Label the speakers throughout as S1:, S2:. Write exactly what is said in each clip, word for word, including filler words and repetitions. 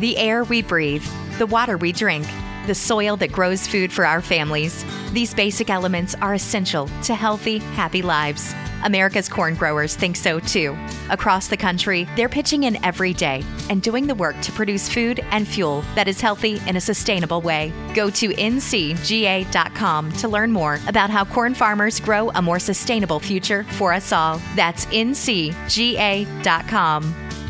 S1: The air we breathe, the water we drink, the soil that grows food for our families. These basic elements are essential to healthy, happy lives. America's corn growers think so too. Across the country, they're pitching in every day and doing the work to produce food and fuel that is healthy in a sustainable way. Go to N C G A dot com to learn more about how corn farmers grow a more sustainable future for us all. That's N C G A dot com.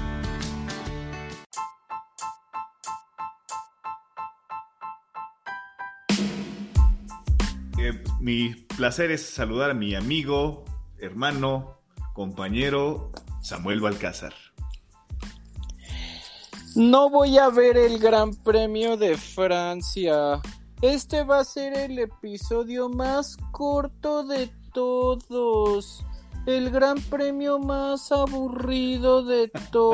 S2: Eh, mi placer es saludar a mi amigo, hermano, compañero Samuel Balcázar.
S3: No voy a ver el Gran Premio de Francia. Este va a ser el episodio más corto de todos. El Gran Premio más aburrido de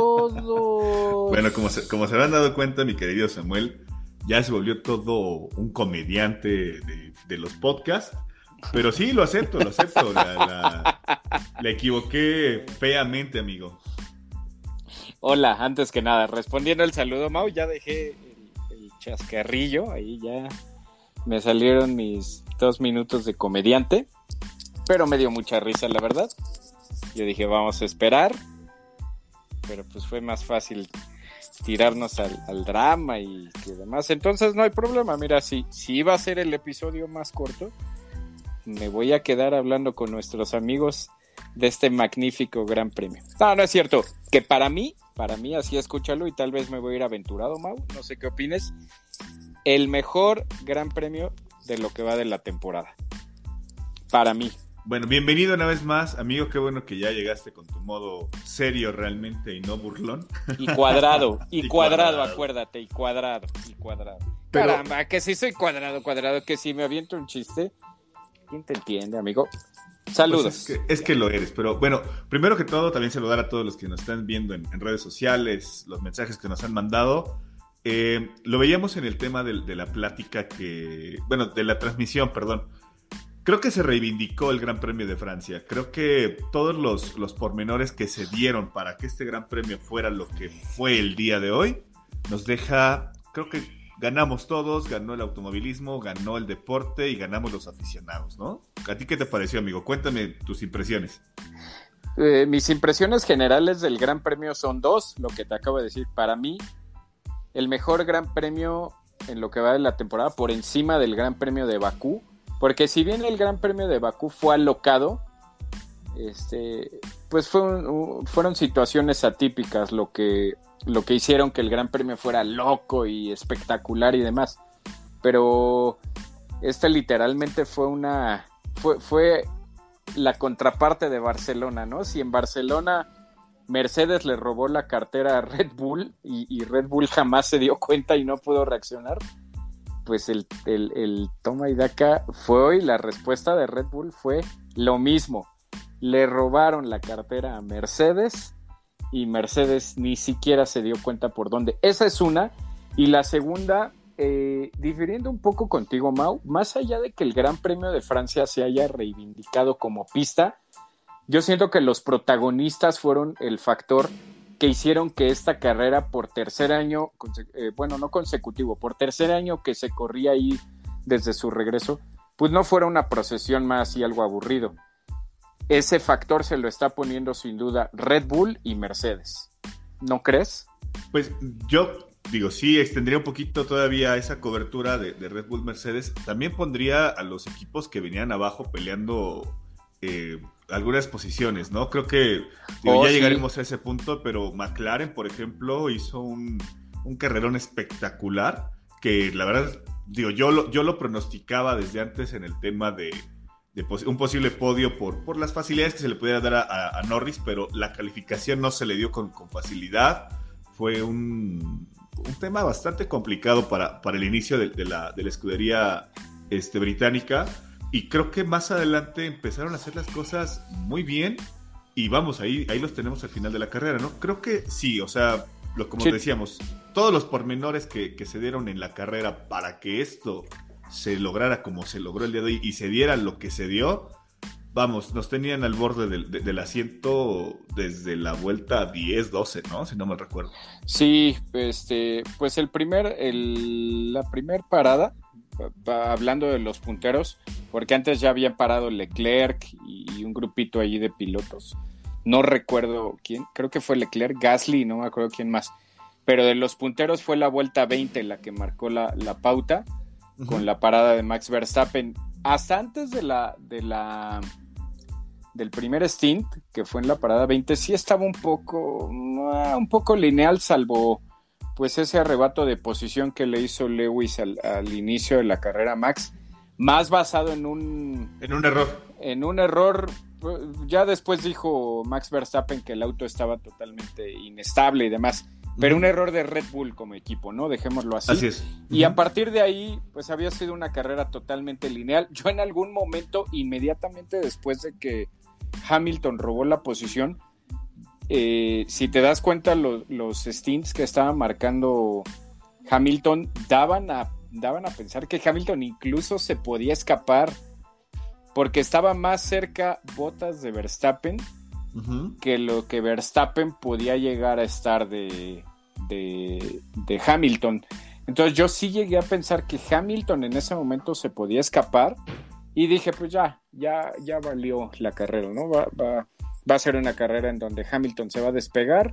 S3: todos.
S2: Bueno, como se, como se habrán dado cuenta, mi querido Samuel, ya se volvió todo un comediante de, de los podcasts. Pero sí, lo acepto, lo acepto. La, la, la equivoqué feamente, amigo.
S3: Hola, antes que nada, respondiendo al saludo, Mau, ya dejé el, el chascarrillo. Ahí ya me salieron mis dos minutos de comediante. Pero me dio mucha risa, la verdad. Yo dije, vamos a esperar. Pero pues fue más fácil tirarnos al, al drama y que demás. Entonces no hay problema. Mira, si, si iba a ser el episodio más corto, me voy a quedar hablando con nuestros amigos de este magnífico Gran Premio. No, no es cierto. Que para mí, para mí, así escúchalo y tal vez me voy a ir aventurado, Mau. No sé qué opines. El mejor Gran Premio de lo que va de la temporada. Para mí.
S2: Bueno, bienvenido una vez más, amigo. Qué bueno que ya llegaste con tu modo serio realmente y no burlón.
S3: Y cuadrado, y, y cuadrado, cuadrado, acuérdate, y cuadrado, y cuadrado. Pero... Caramba, que si soy cuadrado, cuadrado, que si me aviento un chiste... ¿Quién te entiende, amigo? Saludos.
S2: Pues es, que, es que lo eres, pero bueno, primero que todo también saludar a todos los que nos están viendo en, en redes sociales, los mensajes que nos han mandado. Eh, lo veíamos en el tema de, de la plática que, bueno, de la transmisión, perdón. Creo que se reivindicó el Gran Premio de Francia. Creo que todos los, los pormenores que se dieron para que este Gran Premio fuera lo que fue el día de hoy, nos deja, creo que ganamos todos, ganó el automovilismo, ganó el deporte y ganamos los aficionados, ¿no? ¿A ti qué te pareció, amigo? Cuéntame tus impresiones.
S3: Eh, mis impresiones generales del Gran Premio son dos, lo que te acabo de decir. Para mí, el mejor Gran Premio en lo que va de la temporada, por encima del Gran Premio de Bakú, porque si bien el Gran Premio de Bakú fue alocado, este, pues fue un, fueron situaciones atípicas lo que... lo que hicieron que el Gran Premio fuera loco y espectacular y demás, pero esta literalmente fue una fue, fue la contraparte de Barcelona, ¿no? Si en Barcelona Mercedes le robó la cartera a Red Bull y, y Red Bull jamás se dio cuenta y no pudo reaccionar, pues el, el, el toma y daca fue hoy, la respuesta de Red Bull fue lo mismo, le robaron la cartera a Mercedes y Mercedes ni siquiera se dio cuenta por dónde. Esa es una. Y la segunda, eh, difiriendo un poco contigo, Mau, más allá de que el Gran Premio de Francia se haya reivindicado como pista, yo siento que los protagonistas fueron el factor que hicieron que esta carrera por tercer año, eh, bueno, no consecutivo, por tercer año que se corría ahí desde su regreso, pues no fuera una procesión más y algo aburrido. Ese factor se lo está poniendo sin duda Red Bull y Mercedes. ¿No crees?
S2: Pues yo digo, sí, extendría un poquito todavía esa cobertura de, de Red Bull Mercedes. También pondría a los equipos que venían abajo peleando eh, algunas posiciones, ¿no? Creo que digo,
S3: oh,
S2: ya
S3: sí.
S2: llegaremos a ese punto, pero McLaren, por ejemplo, hizo un, un carrerón espectacular que la verdad, digo, yo lo, yo lo pronosticaba desde antes en el tema de de pos- un posible podio por, por las facilidades que se le pudiera dar a, a, a Norris, pero la calificación no se le dio con, con facilidad. Fue un, un tema bastante complicado para, para el inicio de, de, la, de la escudería este, británica, y creo que más adelante empezaron a hacer las cosas muy bien, y vamos, ahí, ahí los tenemos al final de la carrera, ¿no? Creo que sí, o sea, lo, como sí. decíamos, todos los pormenores que, que se dieron en la carrera para que esto se lograra como se logró el día de hoy y se diera lo que se dio, vamos, nos tenían al borde del, de, del asiento desde la vuelta diez, doce, ¿no? Si no me recuerdo.
S3: Sí, este, pues el primer, el, la primer parada, hablando de los punteros, porque antes ya habían parado Leclerc y un grupito allí de pilotos. No recuerdo quién, creo que fue Leclerc, Gasly, no me acuerdo quién más. Pero de los punteros fue la vuelta veinte la que marcó la, la pauta, uh-huh, con la parada de Max Verstappen. Hasta antes de la, de la del primer stint, que fue en la parada veinte, sí estaba un poco, un poco lineal, salvo pues ese arrebato de posición que le hizo Lewis al, al inicio de la carrera a Max, más basado en un...
S2: En un error.
S3: En un error, ya después dijo Max Verstappen que el auto estaba totalmente inestable y demás, pero uh-huh, un error de Red Bull como equipo, ¿no? Dejémoslo así.
S2: Así es. Uh-huh.
S3: Y a partir de ahí, pues había sido una carrera totalmente lineal. Yo en algún momento, inmediatamente después de que Hamilton robó la posición, Eh, si te das cuenta, lo, los stints que estaba marcando Hamilton daban a, daban a pensar que Hamilton incluso se podía escapar, porque estaba más cerca Bottas de Verstappen, uh-huh, que lo que Verstappen podía llegar a estar de, de, de Hamilton. Entonces yo sí llegué a pensar que Hamilton en ese momento se podía escapar, y dije, pues ya, ya, ya valió la carrera, ¿no? Va, va Va a ser una carrera en donde Hamilton se va a despegar,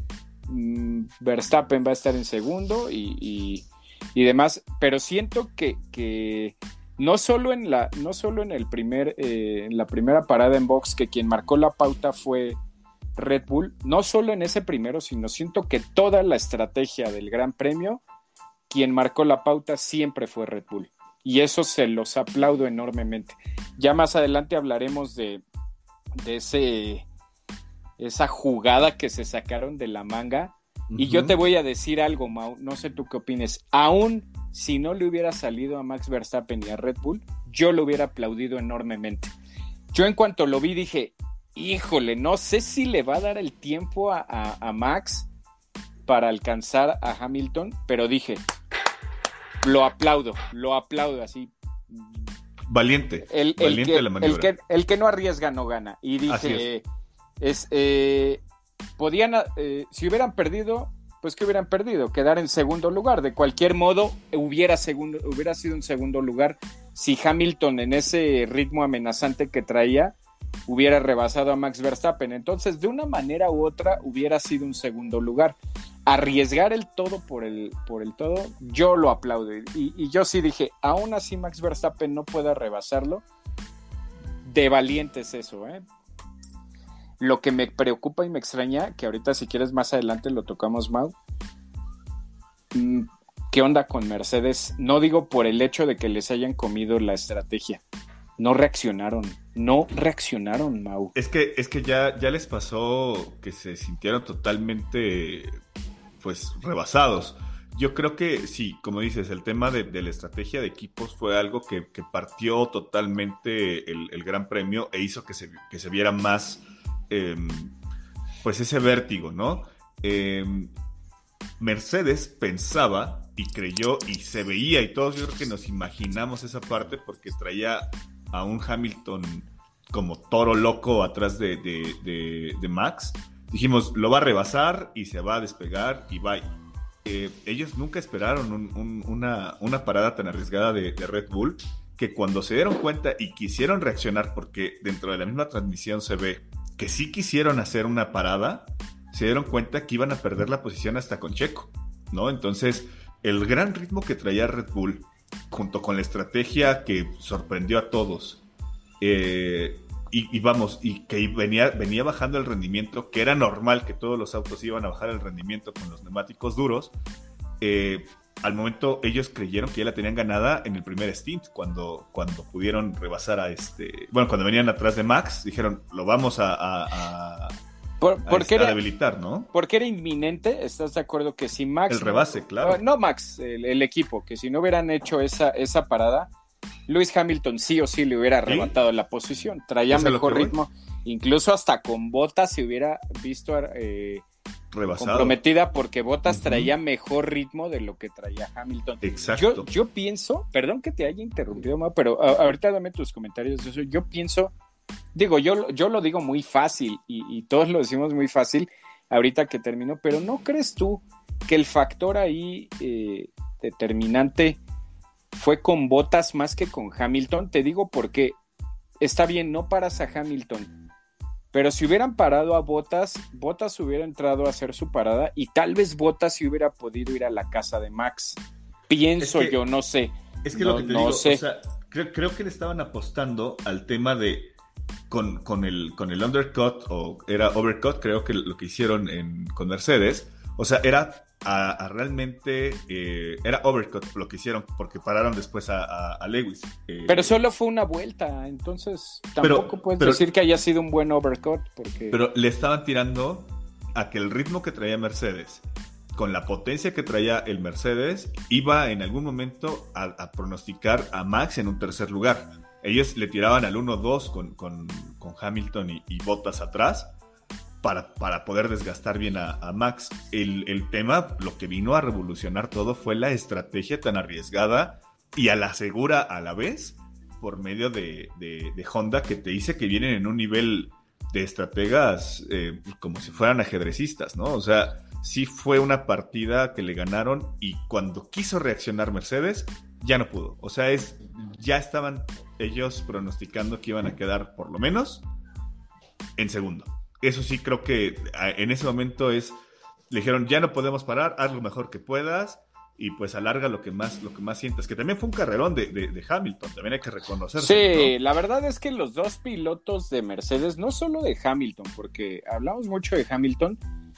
S3: mmm, Verstappen va a estar en segundo y, y, y demás, pero siento que, que no solo en la, no solo en el primer, eh, en la primera parada en box, que quien marcó la pauta fue Red Bull, no solo en ese primero, sino siento que toda la estrategia del Gran Premio, quien marcó la pauta siempre fue Red Bull, y eso se los aplaudo enormemente. Ya más adelante hablaremos de de ese esa jugada que se sacaron de la manga, uh-huh, y yo te voy a decir algo, Mau, no sé tú qué opines, aún si no le hubiera salido a Max Verstappen y a Red Bull, yo lo hubiera aplaudido enormemente. Yo en cuanto lo vi dije, híjole, no sé si le va a dar el tiempo a, a, a Max para alcanzar a Hamilton, pero dije, lo aplaudo, lo aplaudo así.
S2: Valiente,
S3: el, el
S2: valiente
S3: que,
S2: de la maniobra.
S3: El que, el que no arriesga no gana. Y dije, es. es eh, podían, eh, si hubieran perdido, pues que hubieran perdido, quedar en segundo lugar. De cualquier modo, hubiera, segundo, hubiera sido un segundo lugar si Hamilton, en ese ritmo amenazante que traía, hubiera rebasado a Max Verstappen. Entonces, de una manera u otra, hubiera sido un segundo lugar. Arriesgar el todo por el, por el todo, yo lo aplaudo. Y, y yo sí dije, aún así Max Verstappen no pueda rebasarlo, de valiente es eso, ¿eh? Lo que me preocupa y me extraña, que ahorita si quieres más adelante lo tocamos, Mau, ¿qué onda con Mercedes? No digo por el hecho de que les hayan comido la estrategia. No reaccionaron, no reaccionaron, Mau.
S2: Es que, es que ya, ya les pasó que se sintieron totalmente, pues, rebasados. Yo creo que sí, como dices, el tema de, de la estrategia de equipos fue algo que, que partió totalmente el, el Gran Premio e hizo que se, que se viera más, eh, pues, ese vértigo, ¿no? Eh, Mercedes pensaba y creyó y se veía, y todos yo creo que nos imaginamos esa parte porque traía a un Hamilton como toro loco atrás de, de, de, de Max. Dijimos, lo va a rebasar y se va a despegar y bye. Eh, ellos nunca esperaron un, un, una, una parada tan arriesgada de, de Red Bull, que cuando se dieron cuenta y quisieron reaccionar, porque dentro de la misma transmisión se ve que sí quisieron hacer una parada, se dieron cuenta que iban a perder la posición hasta con Checo, ¿no? Entonces, el gran ritmo que traía Red Bull, junto con la estrategia que sorprendió a todos, eh, y, y vamos, y que venía, venía bajando el rendimiento, que era normal que todos los autos iban a bajar el rendimiento con los neumáticos duros, eh, al momento ellos creyeron que ya la tenían ganada en el primer stint, cuando, cuando pudieron rebasar a este, bueno, cuando venían atrás de Max, dijeron, lo vamos a, a, a
S3: Por, porque
S2: a
S3: era,
S2: debilitar, ¿no?
S3: Porque era inminente, ¿estás de acuerdo? Que si Max...
S2: El rebase,
S3: no,
S2: claro.
S3: No, Max, el, el equipo, que si no hubieran hecho esa, esa parada, Lewis Hamilton sí o sí le hubiera arrebatado ¿Sí? la posición. Traía mejor ritmo. Voy? Incluso hasta con Bottas se hubiera visto eh, comprometida, porque Bottas uh-huh. traía mejor ritmo de lo que traía Hamilton.
S2: Exacto.
S3: Yo, yo pienso, perdón que te haya interrumpido, Ma, pero a, ahorita dame tus comentarios de eso. Yo pienso Digo, yo, yo lo digo muy fácil y, y todos lo decimos muy fácil ahorita que terminó, pero ¿no crees tú que el factor ahí eh, determinante fue con Bottas más que con Hamilton? Te digo porque está bien, no paras a Hamilton, pero si hubieran parado a Bottas, Bottas hubiera entrado a hacer su parada y tal vez Bottas sí hubiera podido ir a la casa de Max. Pienso es que, yo, no sé.
S2: Es que
S3: no,
S2: lo que te
S3: no
S2: digo,
S3: sé.
S2: o sea, creo, creo que le estaban apostando al tema de con, con, el, con el undercut, o era overcut, creo que lo que hicieron en, con Mercedes, o sea, era a, a realmente, eh, era overcut lo que hicieron, porque pararon después a, a, a Lewis. Eh,
S3: pero solo fue una vuelta, entonces tampoco
S2: pero,
S3: puedes
S2: pero,
S3: decir que haya sido un buen overcut. Porque...
S2: Pero le estaban tirando a que el ritmo que traía Mercedes, con la potencia que traía el Mercedes, iba en algún momento a, a pronosticar a Max en un tercer lugar. Ellos le tiraban al uno dos con, con, con Hamilton y, y Bottas atrás para, para poder desgastar bien a, a Max. El, el tema, lo que vino a revolucionar todo fue la estrategia tan arriesgada y a la segura a la vez por medio de, de, de Honda, que te dice que vienen en un nivel de estrategas eh, como si fueran ajedrecistas, ¿no? O sea, sí fue una partida que le ganaron y cuando quiso reaccionar Mercedes, ya no pudo. O sea, es ya estaban ellos pronosticando que iban a quedar por lo menos en segundo. Eso sí creo que en ese momento es, le dijeron, ya no podemos parar, haz lo mejor que puedas y pues alarga lo que más, lo que más sientas. Que también fue un carrerón de, de, de Hamilton, también hay que reconocerlo.
S3: Sí,
S2: ¿no?
S3: La verdad es que los dos pilotos de Mercedes, no solo de Hamilton, porque hablamos mucho de Hamilton,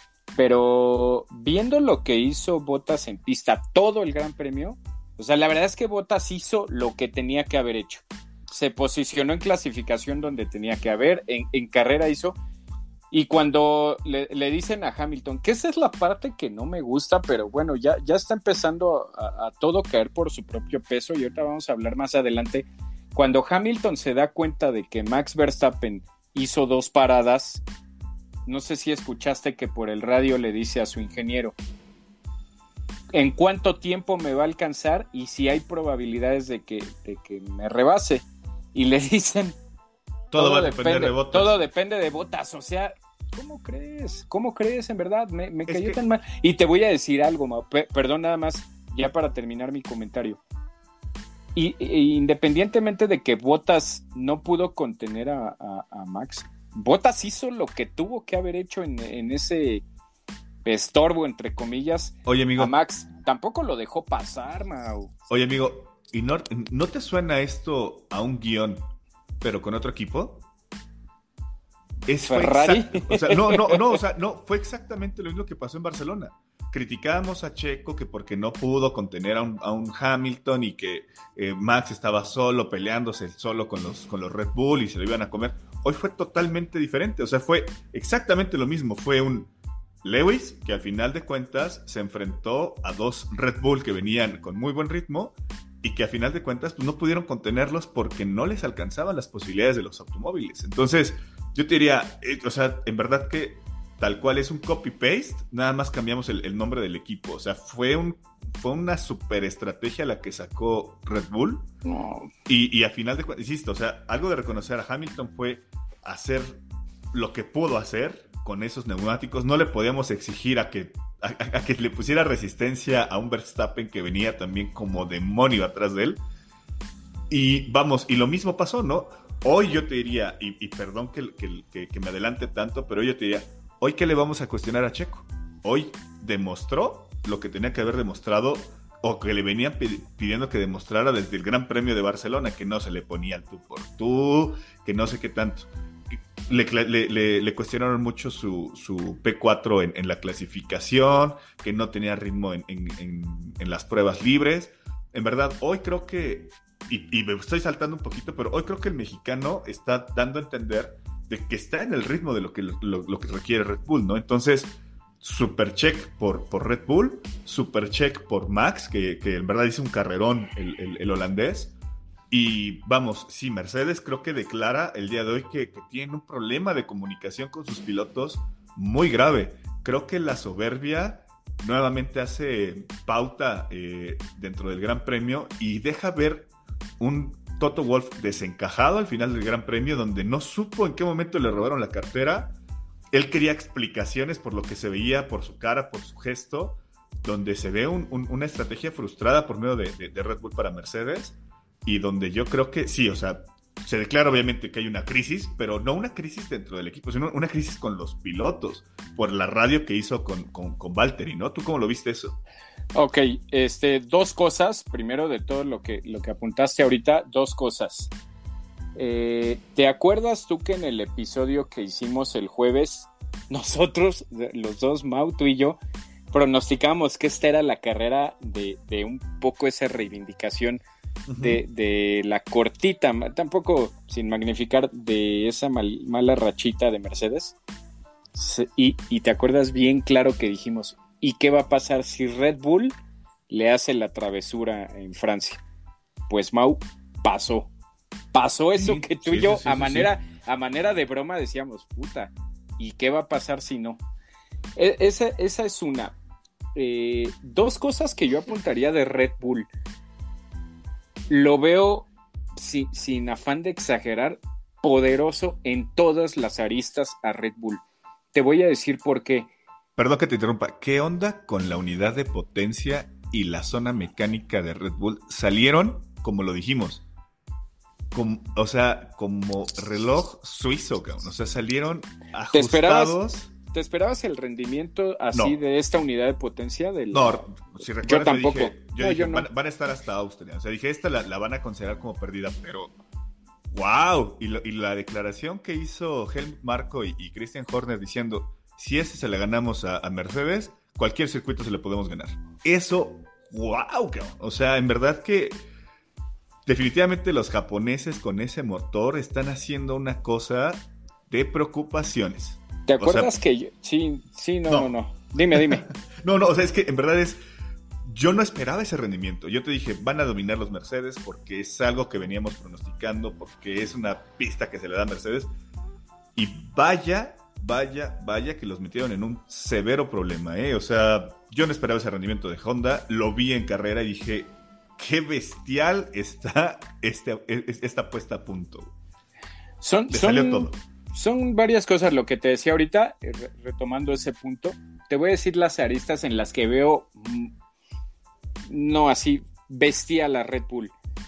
S3: pero viendo lo que hizo Bottas en pista todo el Gran Premio, o sea, la verdad es que Bottas hizo lo que tenía que haber hecho. Se posicionó en clasificación donde tenía que haber, en, en carrera hizo, y cuando le, le dicen a Hamilton, que esa es la parte que no me gusta, pero bueno, ya, ya está empezando a, a todo caer por su propio peso, y ahorita vamos a hablar más adelante, cuando Hamilton se da cuenta de que Max Verstappen hizo dos paradas, no sé si escuchaste que por el radio le dice a su ingeniero, ¿en cuánto tiempo me va a alcanzar? Y si hay probabilidades de que, de que me rebase. Y le dicen...
S2: Todo, todo va a depender de Bottas.
S3: Todo depende de Bottas. O sea, ¿cómo crees? ¿Cómo crees en verdad? Me, me cayó
S2: que...
S3: tan mal. Y te voy a decir algo, Mau. P- perdón, nada más, ya para terminar mi comentario. Y, y independientemente de que Bottas no pudo contener a, a, a Max, Bottas hizo lo que tuvo que haber hecho en, en ese... estorbo, entre comillas,
S2: Oye, amigo,
S3: a Max. Tampoco lo dejó pasar, Mau.
S2: Oye, amigo, ¿y no, no te suena esto a un guión, pero con otro equipo? Es
S3: ¿Ferrari?
S2: Exact... O sea, no, no, no, o sea, no, fue exactamente lo mismo que pasó en Barcelona. Criticábamos a Checo que porque no pudo contener a un, a un Hamilton y que eh, Max estaba solo, peleándose solo con los, con los Red Bull y se lo iban a comer. Hoy fue totalmente diferente, o sea, fue exactamente lo mismo. Fue un Lewis que al final de cuentas se enfrentó a dos Red Bull que venían con muy buen ritmo y que a final de cuentas pues, no pudieron contenerlos porque no les alcanzaban las posibilidades de los automóviles. Entonces, yo te diría, eh, o sea, en verdad que tal cual es un copy-paste, nada más cambiamos el, el nombre del equipo. O sea, fue, un, fue una super estrategia la que sacó Red Bull.
S3: No.
S2: Y, y a final de cuentas, insisto, o sea, algo de reconocer a Hamilton fue hacer lo que pudo hacer con esos neumáticos. No le podíamos exigir a que, a, a que le pusiera resistencia a un Verstappen que venía también como demonio atrás de él. Y vamos, y lo mismo pasó, ¿no? Hoy yo te diría, y, y perdón que, que, que, que me adelante tanto, pero yo te diría, ¿hoy qué le vamos a cuestionar a Checo? Hoy demostró lo que tenía que haber demostrado o que le venían pidiendo que demostrara desde el Gran Premio de Barcelona, que no se le ponía el tú por tú, que no sé qué tanto. Le, le, le, le cuestionaron mucho su, su P cuatro en, en la clasificación, que no tenía ritmo en, en, en, en las pruebas libres. En verdad, hoy creo que, y, y me estoy saltando un poquito, pero hoy creo que el mexicano está dando a entender de que está en el ritmo de lo que, lo, lo que requiere Red Bull, ¿no? Entonces, super check por, por Red Bull, super check por Max, que, que en verdad hizo un carrerón el, el, el holandés. Y vamos, sí, Mercedes creo que declara el día de hoy que, que tiene un problema de comunicación con sus pilotos muy grave. Creo que la soberbia nuevamente hace pauta eh, dentro del Gran Premio y deja ver un Toto Wolff desencajado al final del Gran Premio, donde no supo en qué momento le robaron la cartera. Él quería explicaciones por lo que se veía, por su cara, por su gesto, donde se ve un, un, una estrategia frustrada por medio de, de, de Red Bull para Mercedes, y donde yo creo que sí, o sea, se declara obviamente que hay una crisis, pero no una crisis dentro del equipo, sino una crisis con los pilotos, por la radio que hizo con, con, con Valtteri, ¿no? ¿Tú cómo lo viste eso?
S3: Ok, este, dos cosas. Primero de todo lo que, lo que apuntaste ahorita, dos cosas. Eh, ¿Te acuerdas tú que en el episodio que hicimos el jueves, nosotros, los dos, Mau, tú y yo, pronosticamos que esta era la carrera de, de un poco esa reivindicación de, de la cortita, tampoco sin magnificar, de esa mal, mala rachita de Mercedes? Y, y te acuerdas bien claro que dijimos, ¿y qué va a pasar si Red Bull le hace la travesura en Francia? Pues Mau, pasó. Pasó eso sí, que tú sí, y yo, sí, a, sí, manera, sí. a manera de broma, decíamos, puta, ¿y qué va a pasar si no? E- esa, esa es una. Eh, dos cosas que yo apuntaría de Red Bull. Lo veo, si, sin afán de exagerar, poderoso en todas las aristas a Red Bull. Te voy a decir por qué.
S2: Perdón que te interrumpa. ¿Qué onda con la unidad de potencia y la zona mecánica de Red Bull? Salieron, como lo dijimos, como, o sea, como reloj suizo, cabrón. O sea, salieron ajustados.
S3: ¿Te esperabas, ¿te esperabas el rendimiento así no. de esta unidad de potencia? Del...
S2: No, si recuerdas,
S3: yo tampoco.
S2: Yo dije, yo
S3: no,
S2: dije
S3: yo no.
S2: van, van a estar hasta Austria. O sea, dije, esta la, la van a considerar como perdida, pero... ¡Wow! Y, lo, y la declaración que hizo Helmut Marko y, y Christian Horner diciendo, si ese se le ganamos a, a Mercedes, cualquier circuito se le podemos ganar. Eso, ¡wow! O sea, en verdad que definitivamente los japoneses con ese motor están haciendo una cosa de preocupaciones.
S3: ¿Te acuerdas o sea, que yo, sí, sí, no, no, no, no. Dime, dime.
S2: no, no, o sea, es que en verdad es... Yo no esperaba ese rendimiento. Yo te dije, van a dominar los Mercedes porque es algo que veníamos pronosticando, porque es una pista que se le da a Mercedes. Y vaya, vaya, vaya que los metieron en un severo problema, ¿eh? O sea, yo no esperaba ese rendimiento de Honda. Lo vi en carrera y dije, qué bestial está este, esta puesta a punto.
S3: Son,
S2: Le
S3: son,
S2: salió todo.
S3: Son varias cosas lo que te decía ahorita, retomando ese punto. Te voy a decir las aristas en las que veo... No así, bestia la Red Bull.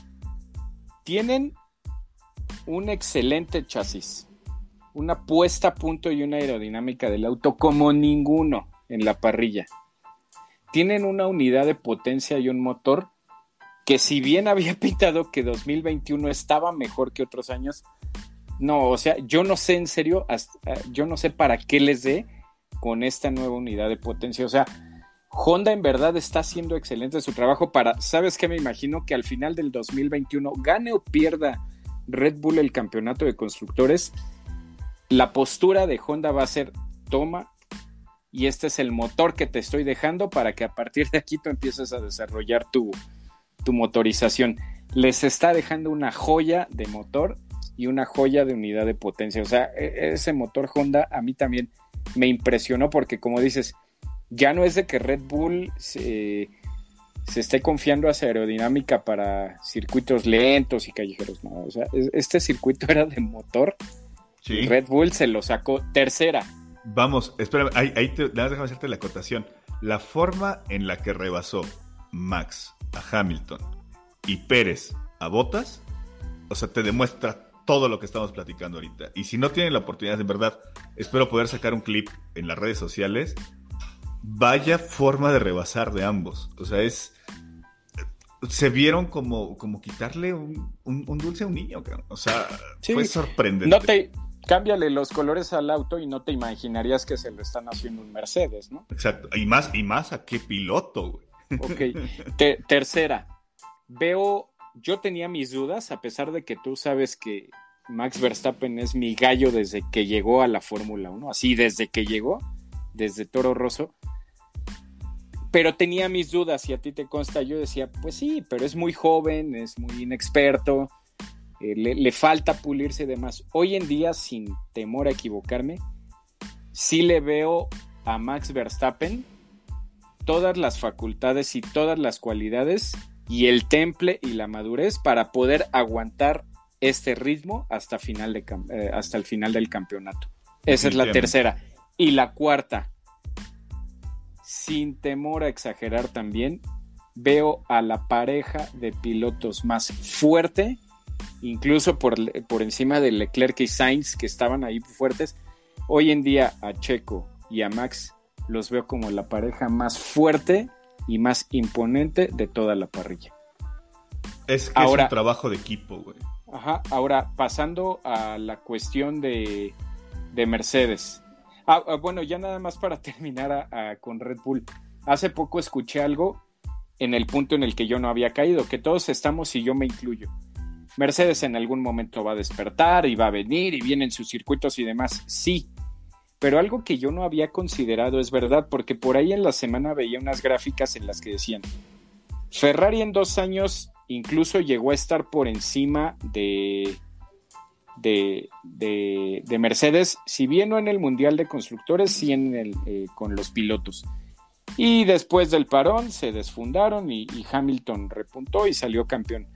S3: Tienen un excelente chasis, una puesta a punto y una aerodinámica del auto como ninguno en la parrilla. Tienen una unidad de potencia y un motor que, si bien había pintado que dos mil veintiuno estaba mejor que otros años, no, o sea, yo no sé en serio, hasta, yo no sé para qué les dé con esta nueva unidad de potencia. O sea, Honda en verdad está haciendo excelente su trabajo para, ¿sabes qué? Me imagino que al final del dos mil veintiuno, gane o pierda Red Bull el campeonato de constructores, la postura de Honda va a ser, toma, y este es el motor que te estoy dejando para que a partir de aquí tú empieces a desarrollar tu, tu motorización. Les está dejando una joya de motor y una joya de unidad de potencia. O sea, ese motor Honda a mí también me impresionó porque, como dices, ya no es de que Red Bull se, se esté confiando hacia aerodinámica para circuitos lentos y callejeros, no, o sea, este circuito era de motor, sí. Y Red Bull se lo sacó. Tercera.
S2: Vamos, espérame, ahí, ahí te, déjame hacerte la acotación. La forma en la que rebasó Max a Hamilton y Pérez a Bottas, o sea, te demuestra todo lo que estamos platicando ahorita. Y si no tienen la oportunidad, en verdad, espero poder sacar un clip en las redes sociales. Vaya forma de rebasar de ambos. O sea, es... Se vieron como, como quitarle un, un, un dulce a un niño, o sea, sí, fue sorprendente.
S3: No te... Cámbiale los colores al auto y no te imaginarías que se lo están haciendo un Mercedes, ¿no?
S2: Exacto. Y más, y más a qué piloto, güey.
S3: Ok. Te, tercera. Veo... Yo tenía mis dudas, a pesar de que tú sabes que Max Verstappen es mi gallo desde que llegó a la Fórmula uno. Así, desde que llegó, desde Toro Rosso. Pero tenía mis dudas y a ti te consta, yo decía, pues sí, pero es muy joven, es muy inexperto, eh, le, le falta pulirse y demás. Hoy en día, sin temor a equivocarme, sí le veo a Max Verstappen todas las facultades y todas las cualidades y el temple y la madurez para poder aguantar este ritmo hasta, final de, eh, hasta el final del campeonato. Esa es la tercera. Y la cuarta, sin temor a exagerar también, veo a la pareja de pilotos más fuerte, incluso por, por encima de Leclerc y Sainz, que estaban ahí fuertes. Hoy en día a Checo y a Max los veo como la pareja más fuerte y más imponente de toda la parrilla.
S2: Es que ahora, es un trabajo de equipo, güey.
S3: Ajá, ahora pasando a la cuestión de, de Mercedes. Ah, bueno, ya nada más para terminar a, a, con Red Bull. Hace poco escuché algo en el punto en el que yo no había caído, que todos estamos y yo me incluyo. Mercedes en algún momento va a despertar y va a venir y vienen sus circuitos y demás, sí. Pero algo que yo no había considerado es verdad, porque por ahí en la semana veía unas gráficas en las que decían Ferrari en dos años incluso llegó a estar por encima de, de, de, de Mercedes, si bien no en el Mundial de Constructores, sí en el, eh, con los pilotos. Y después del parón se desfundaron y, y Hamilton repuntó y salió campeón.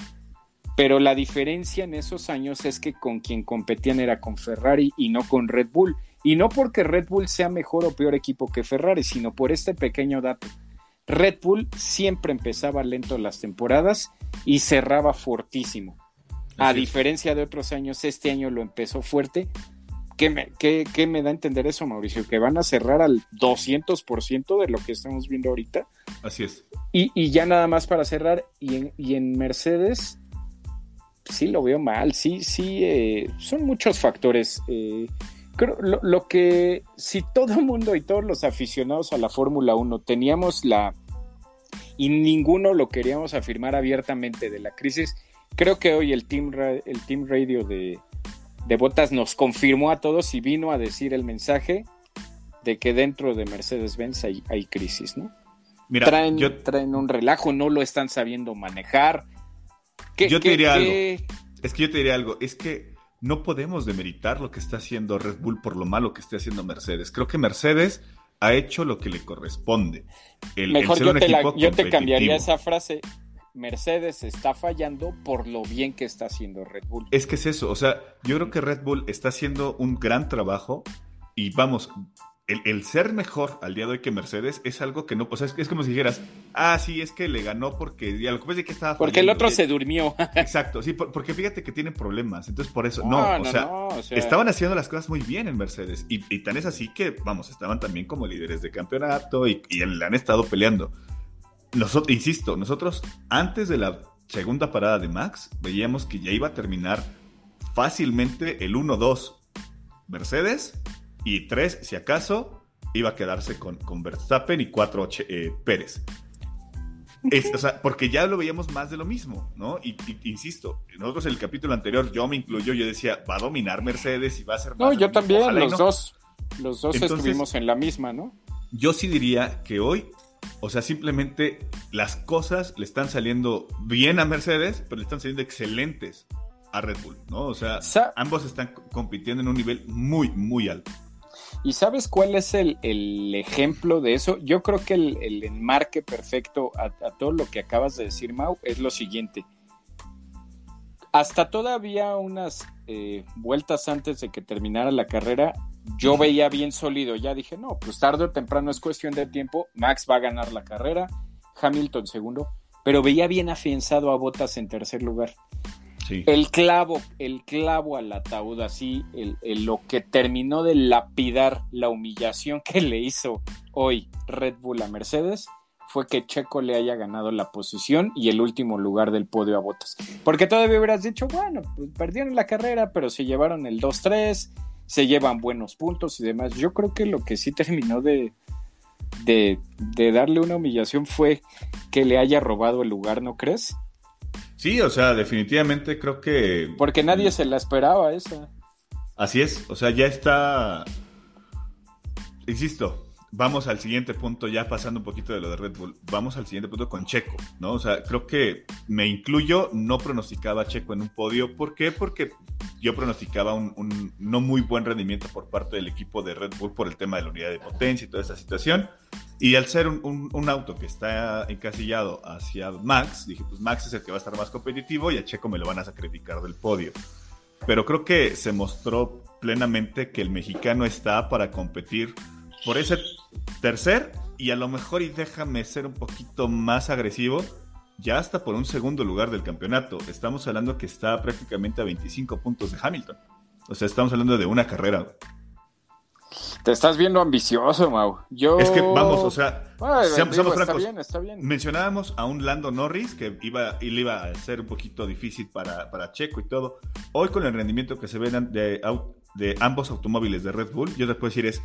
S3: Pero la diferencia en esos años es que con quien competían era con Ferrari y no con Red Bull. Y no porque Red Bull sea mejor o peor equipo que Ferrari, sino por este pequeño dato. Red Bull siempre empezaba lento las temporadas y cerraba fortísimo. A Así diferencia es. de otros años, este año lo empezó fuerte. ¿Qué me, qué, ¿Qué me da a entender eso, Mauricio? Que van a cerrar al doscientos por ciento de lo que estamos viendo ahorita.
S2: Así es.
S3: Y, y ya nada más para cerrar, y en, y en Mercedes, sí lo veo mal, sí, sí, eh, son muchos factores. Eh, creo lo, lo que, si todo el mundo y todos los aficionados a la Fórmula uno teníamos la, y ninguno lo queríamos afirmar abiertamente de la crisis, creo que hoy el Team, el team Radio de... de Bottas nos confirmó a todos y vino a decir el mensaje de que dentro de Mercedes-Benz hay, hay crisis, ¿no? Mira, traen, yo, traen un relajo, no lo están sabiendo manejar. ¿Qué,
S2: yo te
S3: qué,
S2: diría
S3: qué?
S2: algo, es que yo te diría algo, es que no podemos demeritar lo que está haciendo Red Bull por lo malo que esté haciendo Mercedes. Creo que Mercedes ha hecho lo que le corresponde. El,
S3: Mejor
S2: el ser
S3: yo,
S2: un
S3: te
S2: equipo
S3: la, yo te cambiaría esa frase. Mercedes está fallando por lo bien que está haciendo Red Bull.
S2: Es que es eso, o sea, yo creo que Red Bull está haciendo un gran trabajo y vamos, el, el ser mejor al día de hoy que Mercedes es algo que no, o sea, es, es como si dijeras, ah, sí, es que le ganó porque, ya lo que pasa es que estaba
S3: porque fallando. El otro
S2: sí,
S3: se durmió.
S2: Exacto, sí, por, porque fíjate que tienen problemas, entonces por eso, no, no, o, no, sea, no o sea, estaban haciendo las cosas muy bien en Mercedes y, y tan es así que, vamos, estaban también como líderes de campeonato y, y le han estado peleando. Nosotros, insisto, nosotros antes de la segunda parada de Max veíamos que ya iba a terminar fácilmente el uno dos Mercedes y tres, si acaso, iba a quedarse con, con Verstappen y cuatro eh, Pérez. Es, o sea, porque ya lo veíamos más de lo mismo, ¿no? Y, y insisto, nosotros en el capítulo anterior, yo me incluyo, yo decía, va a dominar Mercedes y va a ser más.
S3: No, yo también,
S2: Ojalá
S3: los
S2: no.
S3: dos, los dos
S2: Entonces,
S3: estuvimos en la misma, ¿no?
S2: Yo sí diría que hoy, o sea, simplemente las cosas le están saliendo bien a Mercedes, pero le están saliendo excelentes a Red Bull, ¿no? O sea, Sa- ambos están compitiendo en un nivel muy, muy alto.
S3: ¿Y sabes cuál es el, el ejemplo de eso? Yo creo que el, el enmarque perfecto a, a todo lo que acabas de decir, Mau, es lo siguiente. Hasta todavía unas eh, vueltas antes de que terminara la carrera, yo veía bien sólido. Ya dije, no, pues tarde o temprano es cuestión de tiempo. Max va a ganar la carrera, Hamilton segundo, pero veía bien afianzado a Bottas en tercer lugar.
S2: Sí.
S3: El clavo, el clavo al ataúd, así, el, el, lo que terminó de lapidar la humillación que le hizo hoy Red Bull a Mercedes fue que Checo le haya ganado la posición y el último lugar del podio a Bottas. Porque todavía hubieras dicho, bueno, pues perdieron la carrera, pero se llevaron el dos tres, se llevan buenos puntos y demás. Yo creo que lo que sí terminó de, de, de darle una humillación fue que le haya robado el lugar, ¿no crees?
S2: Sí, o sea, definitivamente creo que...
S3: Porque nadie se la esperaba esa.
S2: Así es, o sea, ya está... Insisto, vamos al siguiente punto, ya pasando un poquito de lo de Red Bull, vamos al siguiente punto con Checo, ¿no? O sea, creo que me incluyo, no pronosticaba a Checo en un podio. ¿Por qué? Porque yo pronosticaba un, un no muy buen rendimiento por parte del equipo de Red Bull por el tema de la unidad de potencia y toda esta situación. Y al ser un, un, un auto que está encasillado hacia Max, dije, pues Max es el que va a estar más competitivo y a Checo me lo van a sacrificar del podio. Pero creo que se mostró plenamente que el mexicano está para competir por ese tercer y a lo mejor, y déjame ser un poquito más agresivo, ya hasta por un segundo lugar del campeonato. Estamos hablando que está prácticamente a veinticinco puntos de Hamilton. O sea, estamos hablando de una carrera.
S3: Te estás viendo ambicioso, Mau. Yo...
S2: Es que vamos, o sea,
S3: Ay,
S2: seamos,
S3: digo,
S2: seamos francos.
S3: Está bien, está bien.
S2: Mencionábamos a un Lando Norris que iba, y le iba a ser un poquito difícil para, para Checo y todo. Hoy con el rendimiento que se ve de, de ambos automóviles de Red Bull, yo te puedo decir es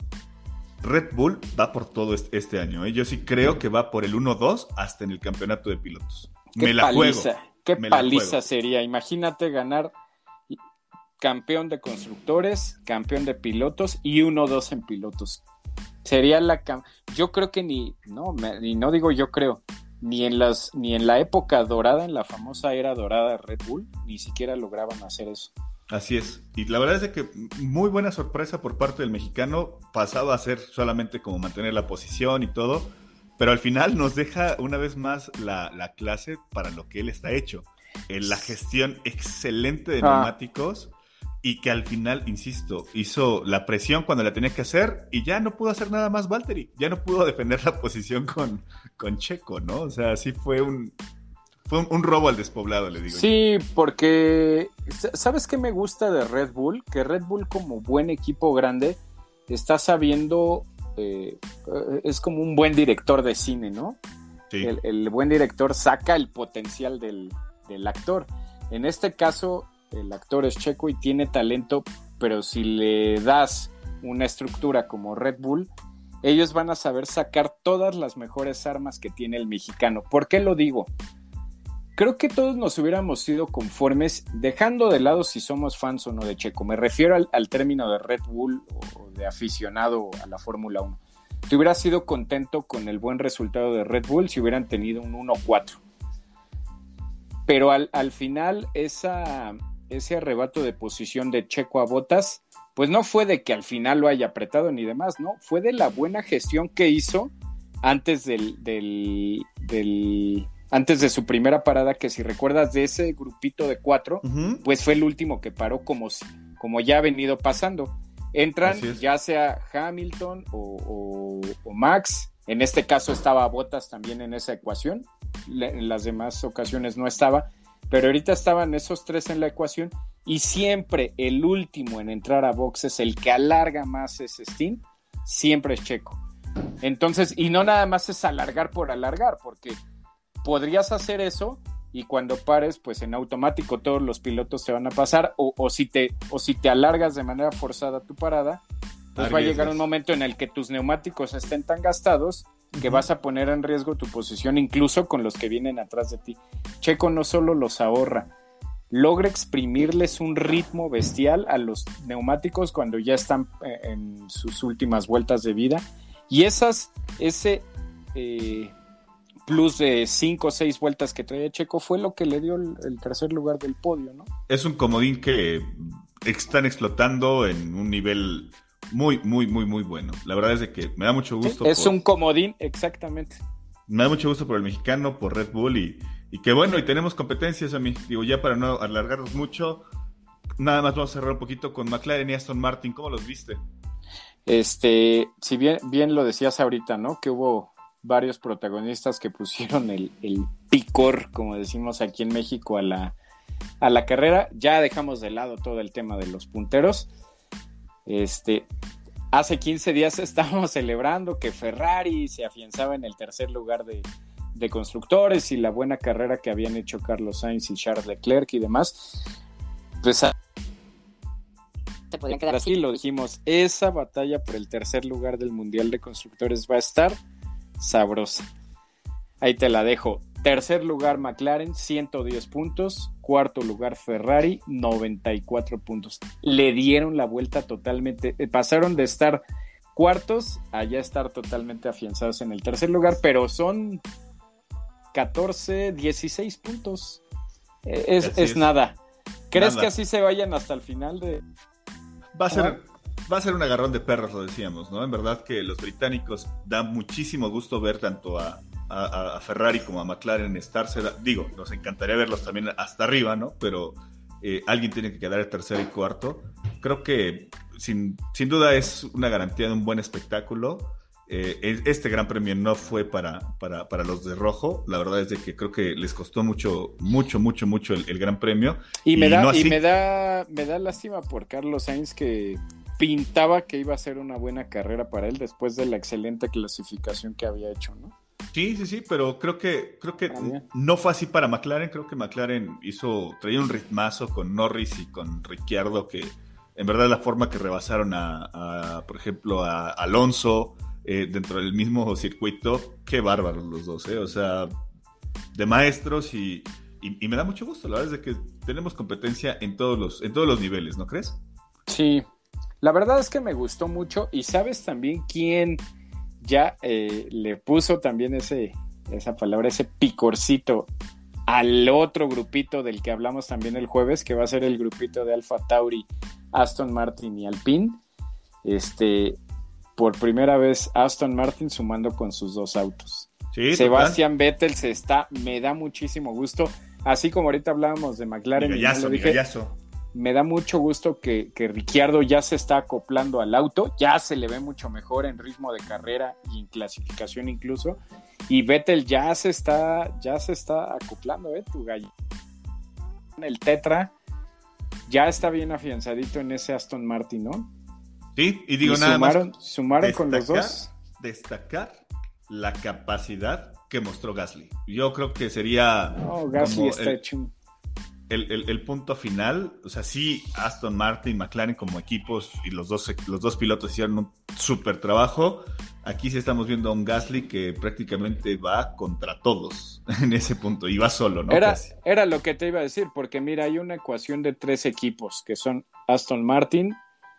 S2: Red Bull va por todo este, este año. ¿eh? Yo sí creo que va por el uno dos hasta en el campeonato de pilotos.
S3: Qué
S2: Me la
S3: paliza,
S2: juego.
S3: Qué
S2: me
S3: paliza sería. Imagínate ganar campeón de constructores, campeón de pilotos y uno dos en pilotos. Sería la cam- yo creo que ni no, me, y no digo yo creo, ni en las ni en la época dorada, en la famosa era dorada de Red Bull, ni siquiera lograban hacer eso.
S2: Así es, y la verdad es de que muy buena sorpresa por parte del mexicano, pasado a ser solamente como mantener la posición y todo, pero al final nos deja una vez más la, la clase para lo que él está hecho, en la gestión excelente de
S3: ah.
S2: neumáticos, y que al final, insisto, hizo la presión cuando la tenía que hacer y ya no pudo hacer nada más Valtteri, ya no pudo defender la posición con, con Checo, ¿no? O sea, sí fue un... Fue un, un robo al despoblado, le digo.
S3: Sí, yo. Porque ¿sabes qué me gusta de Red Bull? Que Red Bull, como buen equipo grande, está sabiendo, eh, es como un buen director de cine, ¿no? Sí. El, el buen director saca el potencial del, del actor. En este caso, el actor es Checo y tiene talento, pero si le das una estructura como Red Bull, ellos van a saber sacar todas las mejores armas que tiene el mexicano. ¿Por qué lo digo? Creo que todos nos hubiéramos sido conformes, dejando de lado si somos fans o no de Checo. Me refiero al, al término de Red Bull o de aficionado a la Fórmula uno. Te hubieras sido contento con el buen resultado de Red Bull si hubieran tenido un uno cuatro. Pero al, al final, esa, ese arrebato de posición de Checo a Bottas, pues no fue de que al final lo haya apretado ni demás, ¿no? Fue de la buena gestión que hizo antes del... del, del antes de su primera parada, que si recuerdas de ese grupito de cuatro, uh-huh. pues fue el último que paró como, como ya ha venido pasando. Entran ya sea Hamilton o, o, o Max, en este caso estaba Bottas también en esa ecuación, en las demás ocasiones no estaba, pero ahorita estaban esos tres en la ecuación y siempre el último en entrar a boxes, el que alarga más ese stint, siempre es Checo. Entonces, y no nada más es alargar por alargar, porque podrías hacer eso y cuando pares, pues en automático todos los pilotos se van a pasar, o, o, si, te, o si te alargas de manera forzada tu parada, pues Arriesgas. Va a llegar un momento en el que tus neumáticos estén tan gastados que uh-huh. vas a poner en riesgo tu posición incluso con los que vienen atrás de ti. Checo no solo los ahorra, logra exprimirles un ritmo bestial a los neumáticos cuando ya están en sus últimas vueltas de vida, y esas, ese... Eh, plus de cinco o seis vueltas que traía Checo fue lo que le dio el, el tercer lugar del podio, ¿no?
S2: Es un comodín que están explotando en un nivel muy, muy, muy, muy bueno. La verdad es de que me da mucho gusto.
S3: Sí, es por, un comodín, exactamente.
S2: Me da mucho gusto por el mexicano, por Red Bull y, y que bueno, y tenemos competencias, a mí. Digo, ya para no alargarnos mucho, nada más vamos a cerrar un poquito con McLaren y Aston Martin. ¿Cómo los viste?
S3: Este, si bien, bien lo decías ahorita, ¿no? Que hubo varios protagonistas que pusieron el, el picor, como decimos aquí en México, a la, a la carrera. Ya dejamos de lado todo el tema de los punteros. Este, hace quince días estábamos celebrando que Ferrari se afianzaba en el tercer lugar de, de constructores y la buena carrera que habían hecho Carlos Sainz y Charles Leclerc y demás. Pues a... se podrían quedar así, lo dijimos, esa batalla por el tercer lugar del Mundial de Constructores va a estar sabrosa. Ahí te la dejo. Tercer lugar McLaren, ciento diez puntos. Cuarto lugar Ferrari, noventa y cuatro puntos. Le dieron la vuelta totalmente. Pasaron de estar cuartos a ya estar totalmente afianzados en el tercer lugar, pero son catorce, dieciséis puntos. Es, es, es nada. ¿Crees nada. que así se vayan hasta el final de...?
S2: Va a ser, va a ser un agarrón de perros, lo decíamos, ¿no? En verdad que los británicos da muchísimo gusto ver tanto a, a, a Ferrari como a McLaren estarse... Digo, nos encantaría verlos también hasta arriba, ¿no? Pero eh, alguien tiene que quedar el tercero y cuarto. Creo que sin, sin duda es una garantía de un buen espectáculo. Eh, este gran premio no fue para, para, para los de rojo. La verdad es de que creo que les costó mucho, mucho, mucho, mucho el, el gran premio.
S3: Y, me, y da, no así... y me da me da lástima por Carlos Sainz, que pintaba que iba a ser una buena carrera para él después de la excelente clasificación que había hecho, ¿no?
S2: Sí, sí, sí, pero creo que creo que no fue así para McLaren. Creo que McLaren hizo traía un ritmazo con Norris y con Ricciardo, que en verdad la forma que rebasaron a, a por ejemplo, a Alonso eh, dentro del mismo circuito, qué bárbaros los dos, ¿eh? O sea, de maestros y, y, y me da mucho gusto, la verdad es de que tenemos competencia en todos los, en todos los niveles, ¿no crees?
S3: Sí, la verdad es que me gustó mucho. Y sabes también quién ya eh, le puso también ese, esa palabra, ese picorcito al otro grupito del que hablamos también el jueves, que va a ser el grupito de Alfa Tauri, Aston Martin y Alpine. Este, por primera vez Aston Martin sumando con sus dos autos. Sí, Sebastián total. Vettel se está, me da muchísimo gusto, así como ahorita hablábamos de McLaren.
S2: Mi gallazo,
S3: y
S2: mi dije, gallazo.
S3: Me da mucho gusto que, que Ricciardo ya se está acoplando al auto, ya se le ve mucho mejor en ritmo de carrera y en clasificación incluso, y Vettel ya se está, ya se está acoplando, eh, tu gallo. El Tetra ya está bien afianzadito en ese Aston Martin, ¿no?
S2: Sí, y digo
S3: y
S2: nada
S3: sumaron,
S2: más.
S3: Sumaron
S2: destacar,
S3: con los dos.
S2: Destacar la capacidad que mostró Gasly. Yo creo que sería.
S3: No, Gasly
S2: como
S3: está
S2: el,
S3: hecho.
S2: El, el, el punto final. O sea, sí, Aston Martin, McLaren como equipos y los dos, los dos pilotos hicieron un súper trabajo. Aquí sí estamos viendo a un Gasly que prácticamente va contra todos en ese punto y va solo, ¿no?
S3: Era, era lo que te iba a decir, porque mira, hay una ecuación de tres equipos que son Aston Martin,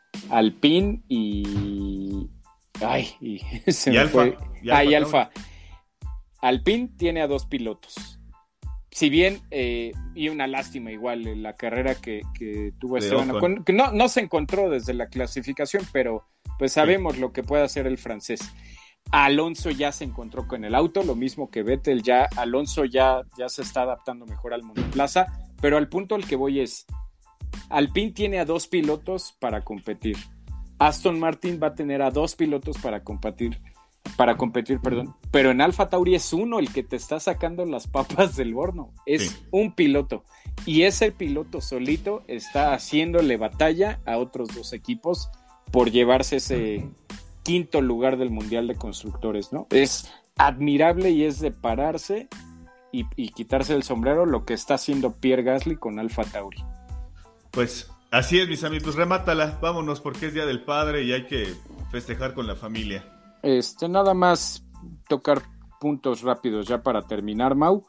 S3: Alpine y... Ay, y se
S2: y
S3: me
S2: Alfa,
S3: fue.
S2: Y Alfa,
S3: ah, y Alfa. Alpine tiene a dos pilotos. Si bien, eh, y una lástima igual, en la carrera que, que tuvo Esteban Ocon, que no, no se encontró desde la clasificación, pero pues sabemos sí. lo que puede hacer el francés. Alonso ya se encontró con el auto, lo mismo que Vettel, ya Alonso ya, ya se está adaptando mejor al monoplaza, pero al punto al que voy es, Alpine tiene a dos pilotos para competir. Aston Martin va a tener a dos pilotos para competir, para competir, perdón. Pero en Alfa Tauri es uno el que te está sacando las papas del horno. Es sí. un piloto. Y ese piloto solito está haciéndole batalla a otros dos equipos por llevarse ese quinto lugar del Mundial de Constructores, ¿no? Es admirable y es de pararse y, y quitarse el sombrero lo que está haciendo Pierre Gasly con Alfa Tauri.
S2: Pues así es, mis amigos, remátala, vámonos porque es Día del Padre y hay que festejar con la familia.
S3: Este, nada más tocar puntos rápidos ya para terminar, Mau.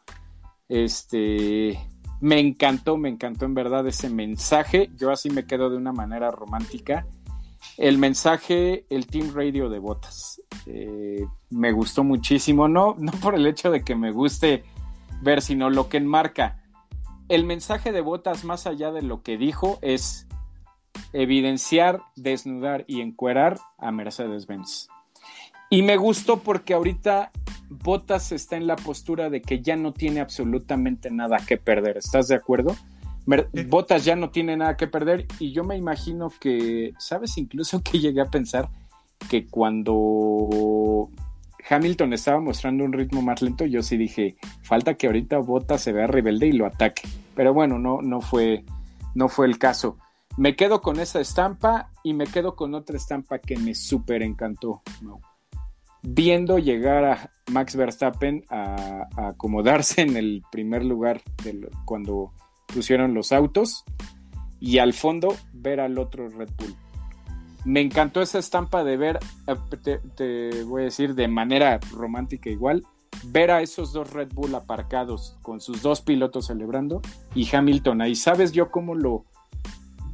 S3: Este, me encantó, me encantó en verdad ese mensaje. Yo así me quedo de una manera romántica. El mensaje, el Team Radio de Bottas. Eh, me gustó muchísimo, no, no por el hecho de que me guste ver, sino lo que enmarca. El mensaje de Bottas, más allá de lo que dijo, es evidenciar, desnudar y encuerar a Mercedes-Benz. Y me gustó porque ahorita Bottas está en la postura de que ya no tiene absolutamente nada que perder. ¿Estás de acuerdo? Mer- sí. Bottas ya no tiene nada que perder y yo me imagino que, ¿sabes? Incluso que llegué a pensar que cuando Hamilton estaba mostrando un ritmo más lento, yo sí dije, falta que ahorita Bottas se vea rebelde y lo ataque. Pero bueno, no, no fue, no fue el caso. Me quedo con esa estampa y me quedo con otra estampa que me súper encantó, ¿no? Viendo llegar a Max Verstappen a, a acomodarse en el primer lugar de lo, cuando pusieron los autos y al fondo ver al otro Red Bull. Me encantó esa estampa de ver, te, te voy a decir de manera romántica igual, ver a esos dos Red Bull aparcados con sus dos pilotos celebrando y Hamilton ahí. ¿Sabes yo cómo lo,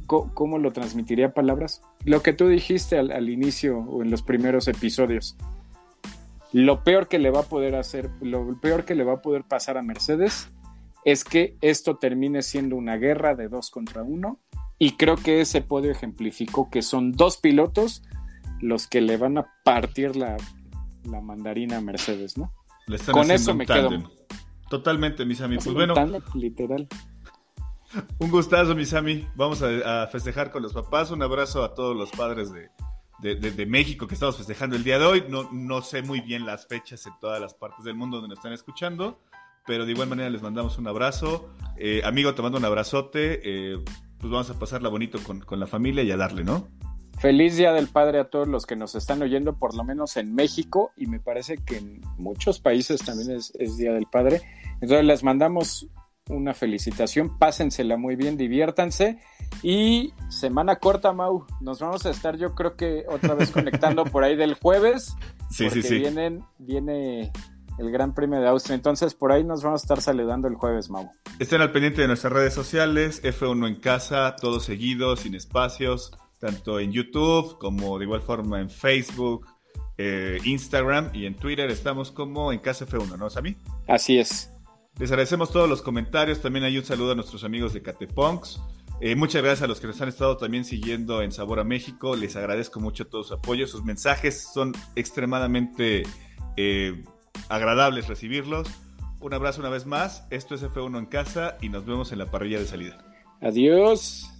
S3: ¿cómo, cómo lo transmitiría a palabras? Lo que tú dijiste al, al inicio o en los primeros episodios. Lo peor que le va a poder hacer, lo peor que le va a poder pasar a Mercedes es que esto termine siendo una guerra de dos contra uno, y creo que ese podio ejemplificó que son dos pilotos los que le van a partir la, la mandarina a Mercedes, ¿no?
S2: Le están
S3: Con eso
S2: un
S3: me
S2: tándem.
S3: quedo.
S2: Totalmente, mis amigos. Pues
S3: Un
S2: bueno,
S3: tándem, literal.
S2: un gustazo, mis Ami. Vamos a, a festejar con los papás. Un abrazo a todos los padres de, de, de, de México que estamos festejando el día de hoy. No, no sé muy bien las fechas en todas las partes del mundo donde nos están escuchando, pero de igual manera les mandamos un abrazo. Eh, amigo, te mando un abrazote. Eh, pues vamos a pasarla bonito con, con la familia y a darle, ¿no?
S3: Feliz Día del Padre a todos los que nos están oyendo, por lo menos en México, y me parece que en muchos países también es, es Día del Padre. Entonces les mandamos una felicitación, pásensela muy bien, diviértanse, y semana corta, Mau, nos vamos a estar yo creo que otra vez conectando por ahí del jueves,
S2: sí,
S3: porque
S2: sí, sí.
S3: Vienen, viene el Gran Premio de Austria, entonces por ahí nos vamos a estar saludando el jueves, Mau.
S2: Estén al pendiente de nuestras redes sociales, F uno en casa, todo seguido, sin espacios, tanto en YouTube como de igual forma en Facebook, eh, Instagram y en Twitter estamos como en Casa F uno, ¿no, Sammy?
S3: Así es.
S2: Les agradecemos todos los comentarios, también hay un saludo a nuestros amigos de Catepunks. Eh, muchas gracias a los que nos han estado también siguiendo en Sabor a México, les agradezco mucho todo su apoyo, sus mensajes son extremadamente eh, agradables recibirlos. Un abrazo una vez más, esto es F uno en casa y nos vemos en la parrilla de salida.
S3: Adiós.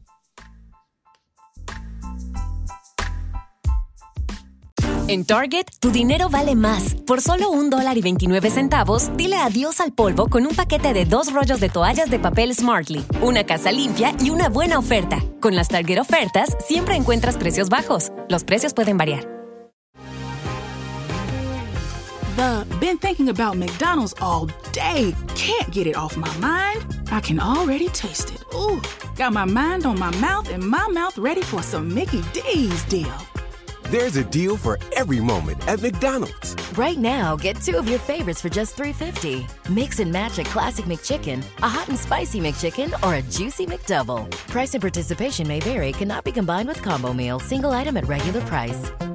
S4: En Target, tu dinero vale más. Por solo un dólar y veintinueve centavos, dile adiós al polvo con un paquete de dos rollos de toallas de papel Smartly, una casa limpia y una buena oferta. Con las Target ofertas, siempre encuentras precios bajos. Los precios pueden variar.
S5: The been thinking about McDonald's all day. Can't get it off my mind. I can already taste it. Ooh, got my mind on my mouth and my mouth ready for some Mickey D's deal.
S6: There's a deal for every moment at McDonald's.
S7: Right now, get two of your favorites for just three fifty. Mix and match a classic McChicken, a hot and spicy McChicken, or a juicy McDouble. Price and participation may vary. Cannot be combined with combo meal. Single item at regular price.